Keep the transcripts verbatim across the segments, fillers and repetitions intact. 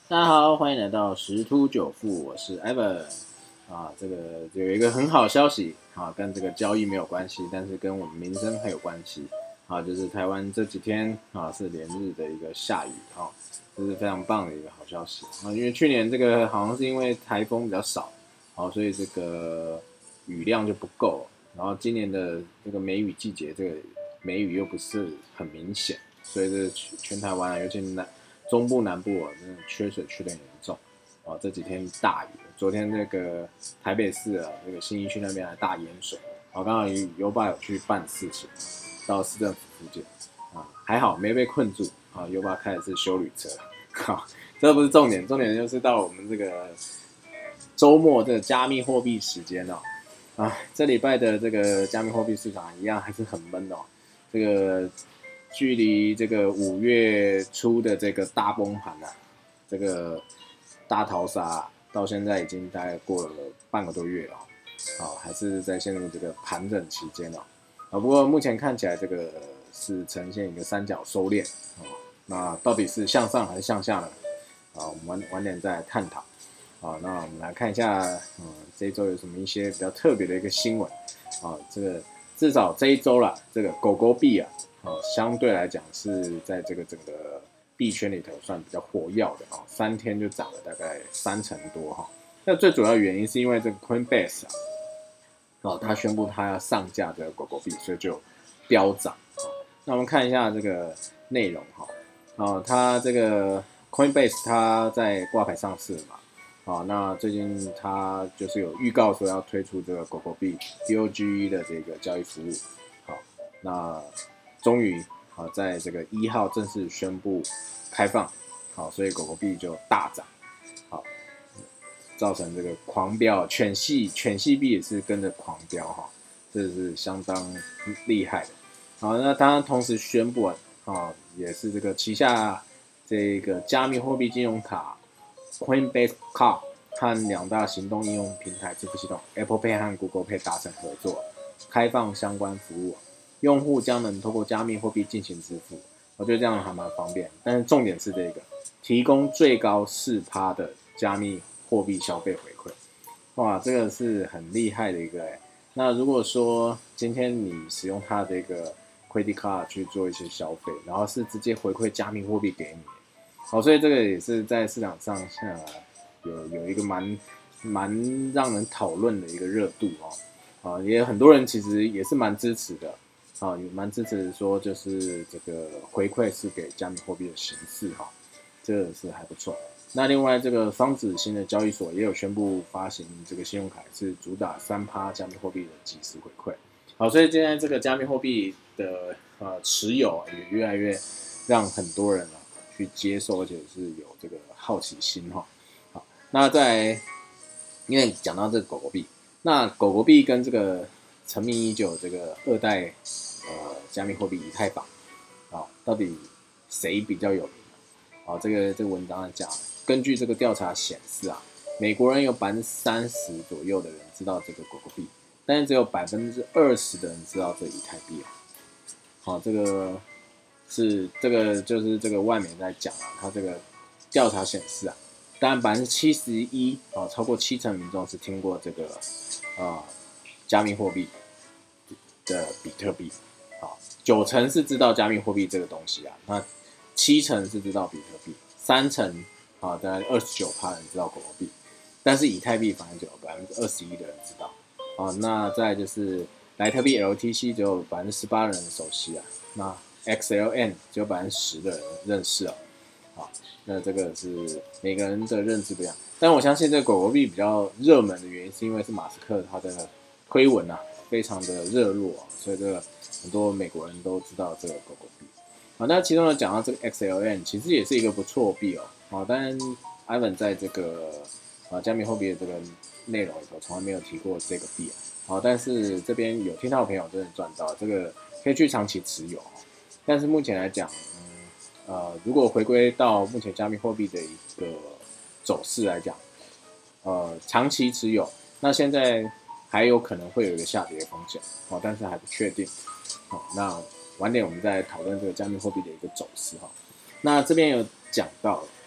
大家好，欢迎来到十突九富，我是 Evan 啊。这个有一个很好的消息啊，跟这个交易没有关系，但是跟我们民生很有关系啊。就是台湾这几天啊是连日的一个下雨啊，这是非常棒的一个好消息啊。因为去年这个好像是因为台风比较少，好、啊，所以这个雨量就不够。然后今年的这个梅雨季节，这个梅雨又不是很明显，所以这全台湾啊，尤其南中部南部啊，真的缺水缺得很严重。哦，这几天大雨，昨天那个台北市啊，那个信义区那边还大淹水。哦，刚好优爸有去办事情，到市政府附近啊，还好没被困住啊。优爸开的是休旅车，好，这不是重点，重点就是到我们这个周末这个加密货币时间哦。啊，这礼拜的这个加密货币市场一样还是很闷哦。这个距离这个五月初的这个大崩盘啊，这个大逃杀到现在已经大概过了半个多月了，好、哦，还是在陷入这个盘整期间哦。啊，不过目前看起来这个是呈现一个三角收敛哦。那到底是向上还是向下呢？啊，我们晚晚点再来探讨。好，那我们来看一下，嗯，这一周有什么一些比较特别的一个新闻啊？这个至少这一周啦，这个狗狗币啊，啊，相对来讲是在这个整个币圈里头算比较活跃的啊，三天就涨了大概三成多哈。那最主要原因是因为这个 Coinbase 啊，哦，它宣布它要上架这个狗狗币，所以就飙涨。那我们看一下这个内容哈，啊，它这个 Coinbase 它在挂牌上市嘛。好，那最近它就是有预告说要推出这个狗狗币 D O G E 的这个交易服务。好，那终于好在这个一号正式宣布开放。好，所以狗狗币就大涨。好，造成这个狂飙，犬系犬系币也是跟着狂飙哈，这是相当厉害的。好，那当然同时宣布啊，也是这个旗下这个加密货币金融卡 Coinbase Card 和两大行动应用平台支付系统 Apple Pay 和 Google Pay 达成合作，开放相关服务，用户将能透过加密货币进行支付。我觉得这样还蛮方便，但是重点是这个，提供最高百分之四的加密货币消费回馈。哇，这个是很厉害的一个哎。那如果说今天你使用它这个 credit card 去做一些消费，然后是直接回馈加密货币给你，好，所以这个也是在市场上呃有有一个蛮蛮让人讨论的一个热度哦，啊，也有很多人其实也是蛮支持的，啊，也蛮支持说就是这个回馈是给加密货币的形式哈，这个是还不错。那另外这个双子星的交易所也有宣布发行这个信用卡，是主打三趴加密货币的即时回馈。好，所以现在这个加密货币的呃持有也越来越让很多人啊去接受，而且是有这个好奇心哈。好，那在因为讲到这个狗狗币，那狗狗币跟这个沉迷已久这个二代呃加密货币以太坊，啊，到底谁比较有名？好，这个这个文章讲，根据这个调查显示啊，美国人有百分之三十左右的人知道这个狗狗币，但是只有百分之二十的人知道这以太币啊。好，这个是这个就是这个外媒在讲啊，他这个调查显示啊，当然百分之七十一啊，超过七成民众是听过这个啊加密货币的比特币，好，九成是知道加密货币这个东西啊，那七成是知道比特币，三成啊，大概二十九趴人知道狗狗币，但是以太币反而只有百分之二十一的人知道啊。那再就是莱特币 L T C 只有百分之十八的人熟悉啊，那 X L N 只有百分之十的人认识啊。好，那这个是每个人的认知不一样，但我相信这个狗狗币比较热门的原因，是因为是马斯克他的推文啊，非常的热络啊，所以这个很多美国人都知道这个狗狗币。好，那其中呢讲到这个 X L N， 其实也是一个不错币哦。好，当然 Ivan 在这个啊加密货币的这个内容里头从来没有提过这个币啊。好，但是这边有听到的朋友真的赚到，这个可以去长期持有。但是目前来讲，嗯呃，如果回归到目前加密货币的一个走势来讲，呃，长期持有，那现在还有可能会有一个下跌的风险，哦，但是还不确定。好，那晚点我们再讨论这个加密货币的一个走势哈。那这边有讲到，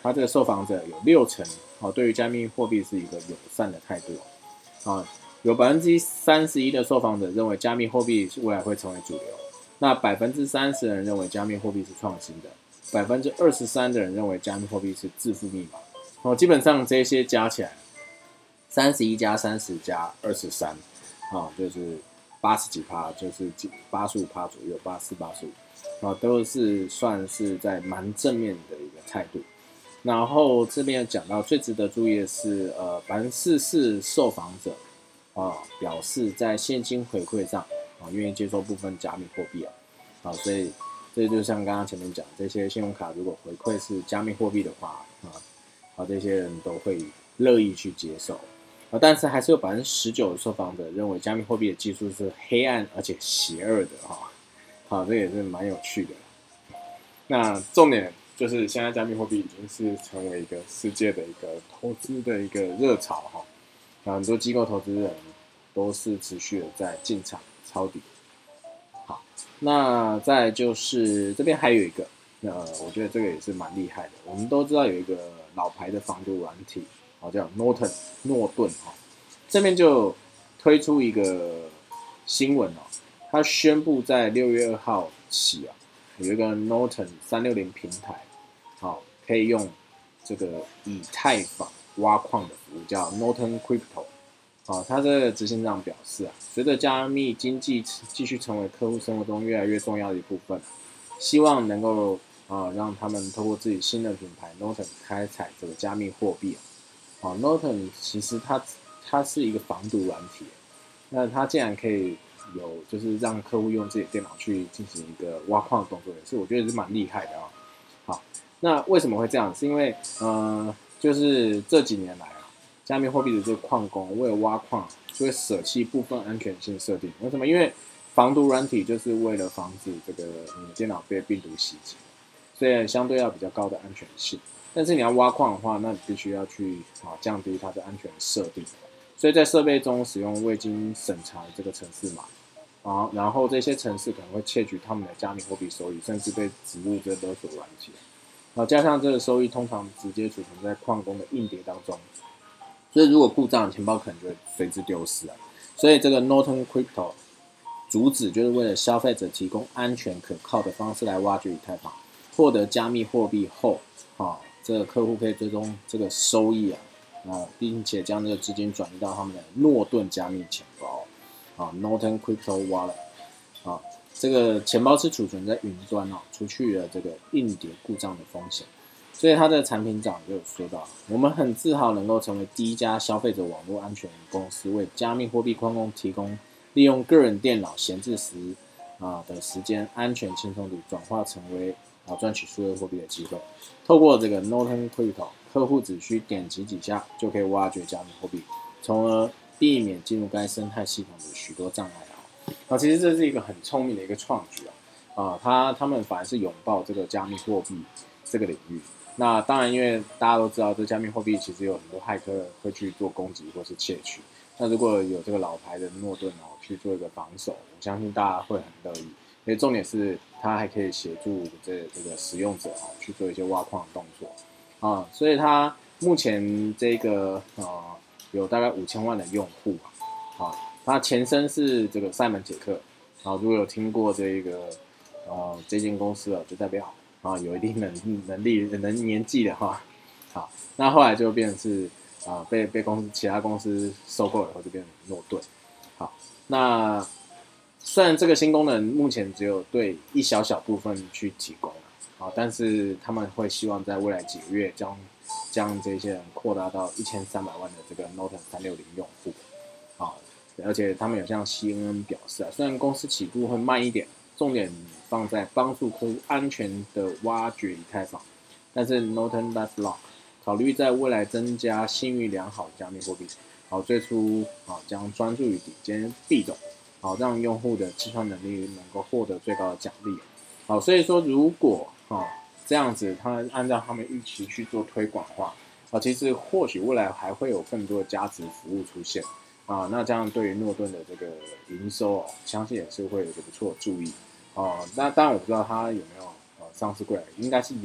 它这个受访者有六成哦，对于加密货币是一个友善的态度哦。啊，有百分之三十一的受访者认为加密货币未来会成为主流，那百分之三十的人认为加密货币是创新的，百分之二十三的人认为加密货币是致富密码。哦，基本上这些加起来，三十一加三十加二十三，啊，就是八十几趴，就是八十五趴左右，八四八十五，啊，都是算是在蛮正面的一个态度。然后这边讲到最值得注意的是，呃，百分之四十四受访者啊表示在现金回馈上啊愿意接受部分加密货币啊，啊，所以这就像刚刚前面讲，这些信用卡如果回馈是加密货币的话啊，啊这些人都会乐意去接受啊，但是还是有百分之十九的受访者认为加密货币的技术是黑暗而且邪恶的哈，好，这也是蛮有趣的。那重点就是现在加密货币已经是成为一个世界的一个投资的一个热潮哈，很多机构投资人都是持续的在进场抄底。好，那再就是这边还有一个，呃，我觉得这个也是蛮厉害的。我们都知道有一个老牌的防毒软体，哦，叫 Norton 诺顿哈，这边就推出一个新闻哦，他宣布在六月二号起啊，有一个 Norton 三六零平台，好，可以用这个以太坊挖矿的服务，叫 Norton Crypto。好，他这个执行长表示啊，随着加密经济继续成为客户生活中越来越重要的一部分，希望能够啊让他们透过自己新的品牌 Norton 开采这个加密货币啊。啊 ，Norton 其实它它是一个防毒软体，那它竟然可以有就是让客户用自己的电脑去进行一个挖矿的动作，也是我觉得是蛮厉害的啊。好，那为什么会这样？是因为呃，就是这几年来。加密货币的这个矿工为了挖矿，就会舍弃部分安全性设定。为什么？因为防毒软体就是为了防止这个你的电脑被病毒袭击，所以相对要比较高的安全性。但是你要挖矿的话，那你必须要去啊降低它的安全设定。所以在设备中使用未经审查的这个程式码，啊，然后这些程式可能会窃取他们的加密货币收益，甚至被植入这勒索软体。然后加上这个收益通常直接储存在矿工的硬碟当中。所以如果故障，钱包可能就会随之丢失啊。所以这个 Norton Crypto 主旨就是为了消费者提供安全可靠的方式来挖掘以太坊，获得加密货币后，啊，这个客户可以追踪这个收益啊，啊，并且将这个资金转移到他们的诺顿加密钱包，啊 ，Norton Crypto Wallet， 啊，这个钱包是储存在云端哦，除去了这个硬碟故障的风险。所以他的产品长就有说到，我们很自豪能够成为第一家消费者网络安全公司，为加密货币矿工提供利用个人电脑闲置时啊的时间，安全轻松地转化成为啊赚取数位货币的机会。透过这个 Norton Crypto， 客户只需点击几下就可以挖掘加密货币，从而避免进入该生态系统的许多障碍啊。啊，其实这是一个很聪明的一个创举啊！啊，他他们反而是拥抱这个加密货币这个领域。那当然，因为大家都知道，这加密货币其实有很多骇客会去做攻击或是窃取。那如果有这个老牌的诺顿哦去做一个防守，我相信大家会很乐意。因为重点是它还可以协助这这个使用者哦去做一些挖矿的动作啊，所以它目前这个呃有大概五千万的用户啊，它前身是这个塞门捷克啊，如果有听过这个呃这间公司啊，就代表。啊，有一定能能力、能年纪的哈，好，那后来就变成是啊被被公司其他公司收购以后就变成诺顿，好，那虽然这个新功能目前只有对一小小部分去提供啊，但是他们会希望在未来几个月将将这些人扩大到一千三百万的这个 Norton 三六零用户，啊，而且他们有向 C N N 表示啊，虽然公司起步会慢一点。重点放在帮助客户安全的挖掘以太坊，但是 Norton LifeLock 考虑在未来增加信誉良好的加密货币，好，最初啊将专注于顶尖币种，好让用户的计算能力能够获得最高的奖励，好，所以说如果啊这样子，他按照他们预期去做推广的话，啊，其实或许未来还会有更多的价值服务出现。啊，那这样对于诺顿的这个营收哦，相信也是会有一个不错的注意哦。那当然我不知道它有没有呃上市柜，应该是有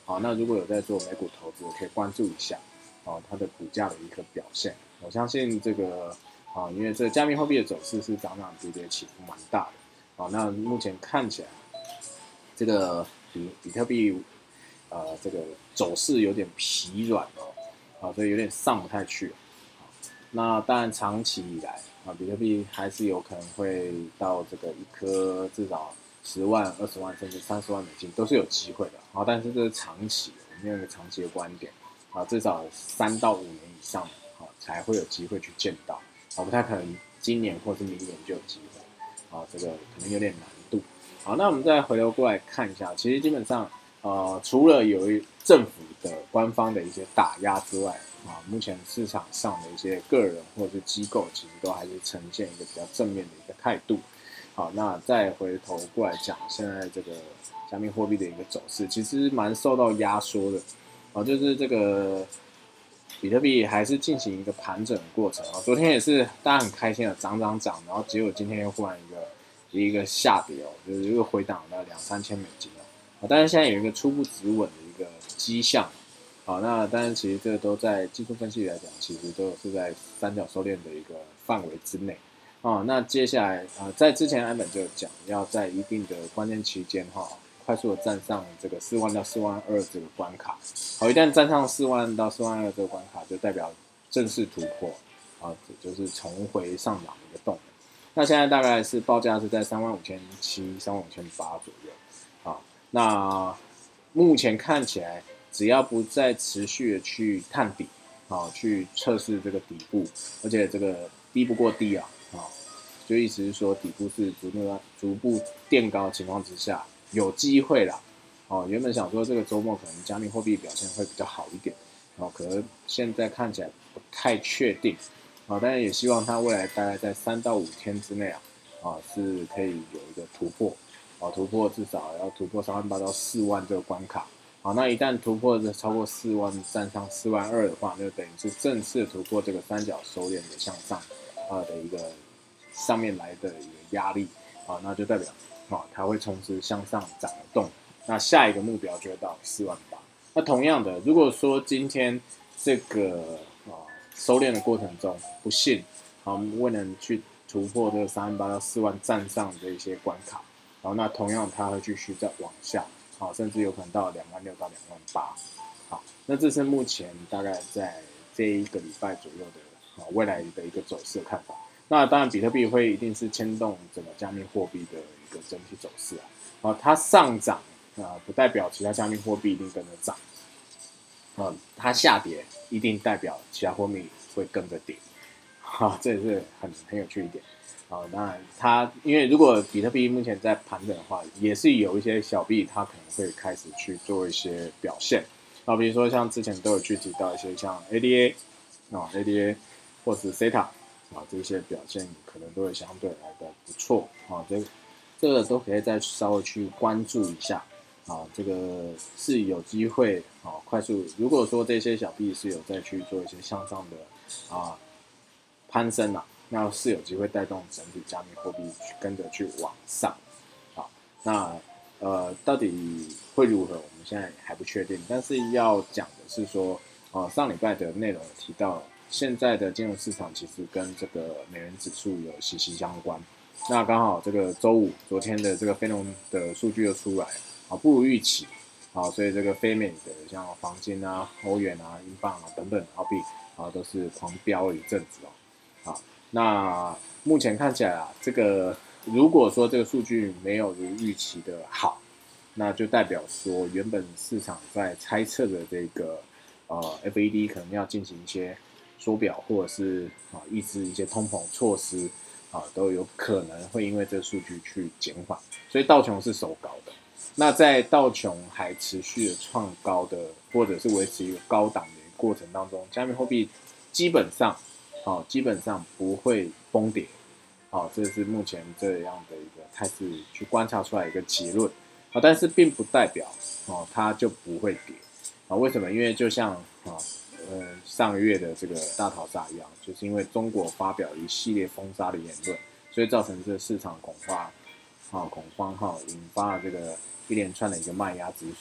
好，那如果有在做美股投资，可以关注一下哦它的股价的一个表现。我相信这个啊，因为这个加密货币的走势是涨涨跌跌，起伏蛮大的。好，那目前看起来这个比比特币呃这个走势有点疲软哦，啊，所以有点上不太去。那当然，长期以来啊，比特币还是有可能会到这个一颗至少十万、二十万甚至三十万美金都是有机会的。好，但是这是长期，我们用一个长期的观点啊，至少三到五年以上啊才会有机会去见到啊，不太可能今年或是明年就有机会啊，这个可能有点难度。好，那我们再回头过来看一下，其实基本上呃，除了有一政府的官方的一些打压之外，啊，目前市场上的一些个人或者是机构，其实都还是呈现一个比较正面的一个态度。好，那再回头过来讲，现在这个加密货币的一个走势，其实蛮受到压缩的。啊，就是这个比特币还是进行一个盘整的过程啊。昨天也是大家很开心的涨涨涨，然后结果今天又忽然一个一个下跌哦，就是又回档了两三千美金哦。啊，但是现在有一个初步止稳的一个迹象。好，那当然，其实这个都在技术分析来讲，其实都是在三角收敛的一个范围之内。哦，那接下来啊、呃，在之前安本就有讲，要在一定的关键期间哈、哦，快速的站上这个四万到四万二这个关卡。好，一旦站上四万到四万二这个关卡，就代表正式突破啊，就是重回上涨的一个动能。那现在大概是报价是在三万五千七、三万五千八左右。啊，那目前看起来。只要不再持续的去探底，啊，去测试这个底部，而且这个低不过低啊，啊，就意思是说底部是逐步逐步垫高的情况之下，有机会啦。哦，原本想说这个周末可能加密货币表现会比较好一点，哦，可能现在看起来不太确定，啊，但是也希望它未来大概在三到五天之内啊，啊是可以有一个突破，啊，突破至少要突破三万八到四万这个关卡。好，那一旦突破这超过四万，站上四万二的话，就等于是正式突破这个三角收敛的向上啊的一个上面来的一个压力啊，那就代表啊它会从此向上涨得动。那下一个目标就会到四万八。那同样的，如果说今天这个啊收敛的过程中不幸啊未能去突破这个三万八到四万站上的一些关卡，然后那同样它会继续再往下。好，甚至有可能到两万六到两万八。好，那这是目前大概在这一个礼拜左右的啊未来的一个走势的看法。那当然，比特币会一定是牵动整个加密货币的一个整体走势啊。啊，它上涨啊，不代表其他加密货币一定跟着涨。啊，它下跌一定代表其他货币会跟着跌。哈，这也是很很有趣一点。好，那它因为如果比特币目前在盘整的话，也是有一些小币它可能会开始去做一些表现啊，比如说像之前都有去提到一些像 A D A 啊 A D A 或是 S E T A 啊这些表现可能都会相对来的不错啊，这这个都可以再稍微去关注一下啊，这个是有机会啊快速，如果说这些小币是有再去做一些向上的啊攀升啊。那是有机会带动整体加密货币去跟着去往上，好，那呃到底会如何，我们现在还不确定。但是要讲的是说，呃上礼拜的内容有提到，现在的金融市场其实跟这个美元指数有息息相关。那刚好这个周五昨天的这个非农的数据又出来，啊不如预期，啊所以这个非美的像黄金啊、欧元啊、英镑啊等等澳币啊都是狂飙了一阵子哦，啊。那目前看起来啊，这个如果说这个数据没有如预期的好，那就代表说原本市场在猜测的这个呃 F E D 可能要进行一些缩表或者是啊抑制一些通膨措施啊，都有可能会因为这个数据去减缓，所以道琼是守高的。那在道琼还持续的创高的，或者是维持一个高档的过程当中，加密货币基本上。好、哦，基本上不会崩跌，好、哦，这是目前这样的一个态势去观察出来一个结论，啊、哦，但是并不代表哦它就不会跌，啊、哦，为什么？因为就像啊呃上个月的这个大逃杀一样，就是因为中国发表一系列封杀的言论，所以造成这个市场恐慌，啊、哦、恐慌哈、哦，引发了这个一连串的一个卖压止损的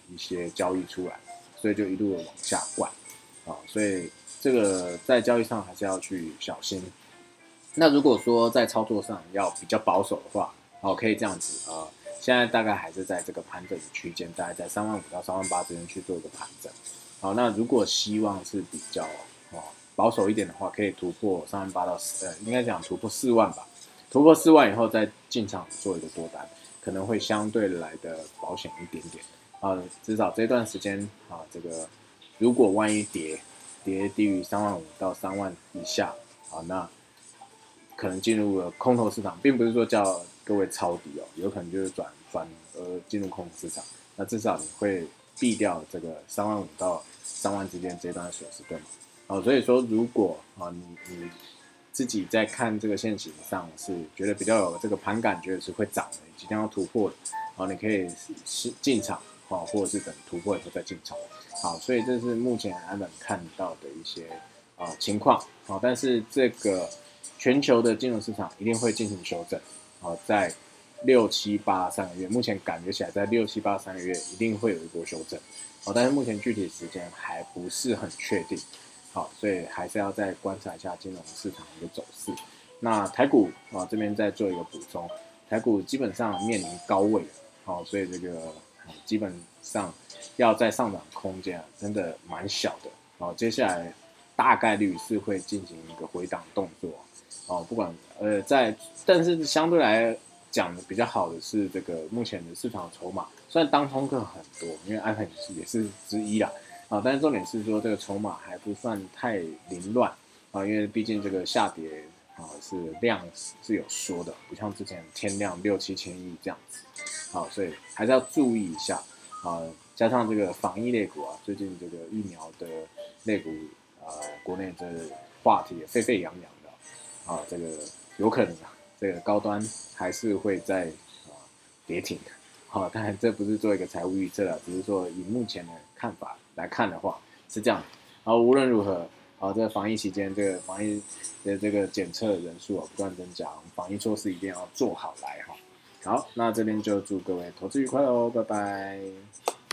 一些交易出来，所以就一路的往下灌啊，所以这个在交易上还是要去小心。那如果说在操作上要比较保守的话，哦，可以这样子啊、呃，现在大概还是在这个盘整的区间，大概在三万五到三万八之间去做一个盘整。好，那如果希望是比较哦保守一点的话，可以突破三万八到呃，应该讲突破四万吧。突破四万以后再进场做一个多单，可能会相对来的保险一点点啊。至少这段时间啊，这个如果万一跌跌低于三万五到三万以下啊，那可能进入了空头市场，并不是说叫各位抄底哦，有可能就是转转而进入空头市场。那至少你会避掉这个三万五到三万之间这段损失，对吗？哦，所以说如果啊你你自己在看这个线型上是觉得比较有这个盘感，觉得是会涨的，即将要突破的，啊，你可以进场啊，或者是等突破以后再进场。好，所以这是目前安本看到的一些啊情况。好，但是这个全球的金融市场一定会进行修正。好，在六七八三个月，目前感觉起来在六七八三个月一定会有一波修正。好，但是目前具体时间还不是很确定。好，所以还是要再观察一下金融市场的走势。那台股啊这边再做一个补充，台股基本上面临高位，好，所以这个基本上要再上涨空间啊，真的蛮小的。好，接下来大概率是会进行一个回档动作。哦，不管呃在，但是相对来讲的比较好的是这个目前的市场筹码，虽然当冲客很多，因为安排也是之一啦。啊，但是重点是说这个筹码还不算太凌乱啊，因为毕竟这个下跌啊是量是有缩的，不像之前天量六七千亿这样子，好，所以还是要注意一下啊。加上这个防疫类股啊，最近这个疫苗的类股啊，国内这话题也沸沸扬扬的啊，这个有可能啊，这个高端还是会在啊跌停的。好，当然这不是做一个财务预测啊，只是说以目前的看法来看的话是这样。好，无论如何，啊，这个防疫期间，这个防疫的这个检测人数啊不断增加，防疫措施一定要做好来哈。好，那这边就祝各位投资愉快喽，拜拜。